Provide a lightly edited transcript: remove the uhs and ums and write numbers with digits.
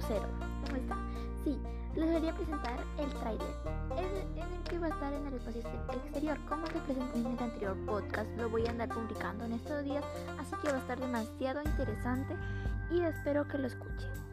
Cero. ¿Cómo está? Sí, les quería presentar el tráiler en el que va a estar en el espacio exterior. Como se presentó en el anterior podcast, lo voy a andar publicando en estos días, así que va a estar demasiado interesante y espero que lo escuchen.